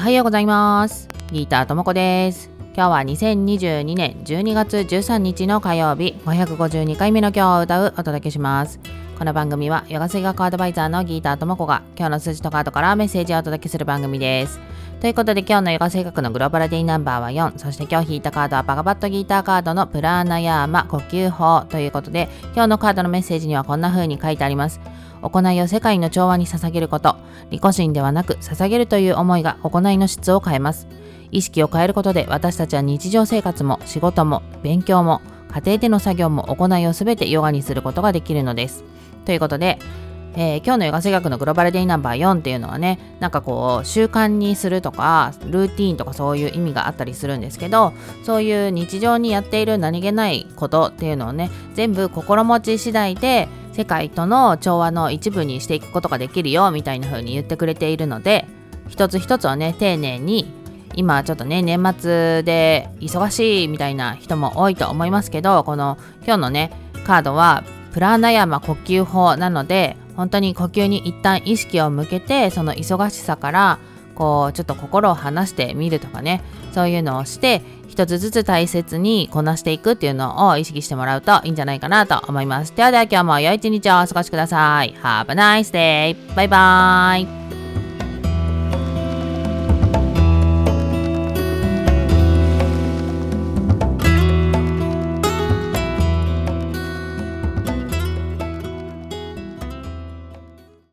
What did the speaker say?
はようございます。ギーターともこです。今日は2022年12月13日の火曜日、552回目の今日を歌うお届けします。この番組はヨガ水学アドバイザーのギーターともこが今日の数字とカードからメッセージをお届けする番組です。ということで今日のヨガ性格のグローバルデイナンバーは4、そして今日引いたカードはバガバットギーターカードのプラーナヤーマ呼吸法ということで、今日のカードのメッセージにはこんな風に書いてあります。行いを世界の調和に捧げること、利己心ではなく捧げるという思いが行いの質を変えます。意識を変えることで私たちは日常生活も仕事も勉強も家庭での作業も行いをすべてヨガにすることができるのです。ということで、今日のヨガ性学のグローバルデイナンバー4っていうのはね、なんかこう習慣にするとかルーティーンとかそういう意味があったりするんですけど、そういう日常にやっている何気ないことっていうのをね、全部心持ち次第で世界との調和の一部にしていくことができるよみたいな風に言ってくれているので、一つ一つをね丁寧に、今ちょっとね年末で忙しいみたいな人も多いと思いますけど、この今日のねカードはプラーナヤマ呼吸法なので、本当に呼吸に一旦意識を向けて、その忙しさからこうちょっと心を離してみるとかね、そういうのをして一つずつ大切にこなしていくっていうのを意識してもらうといいんじゃないかなと思います。では今日も良い一日をお過ごしください。Have a nice day! バイバイ。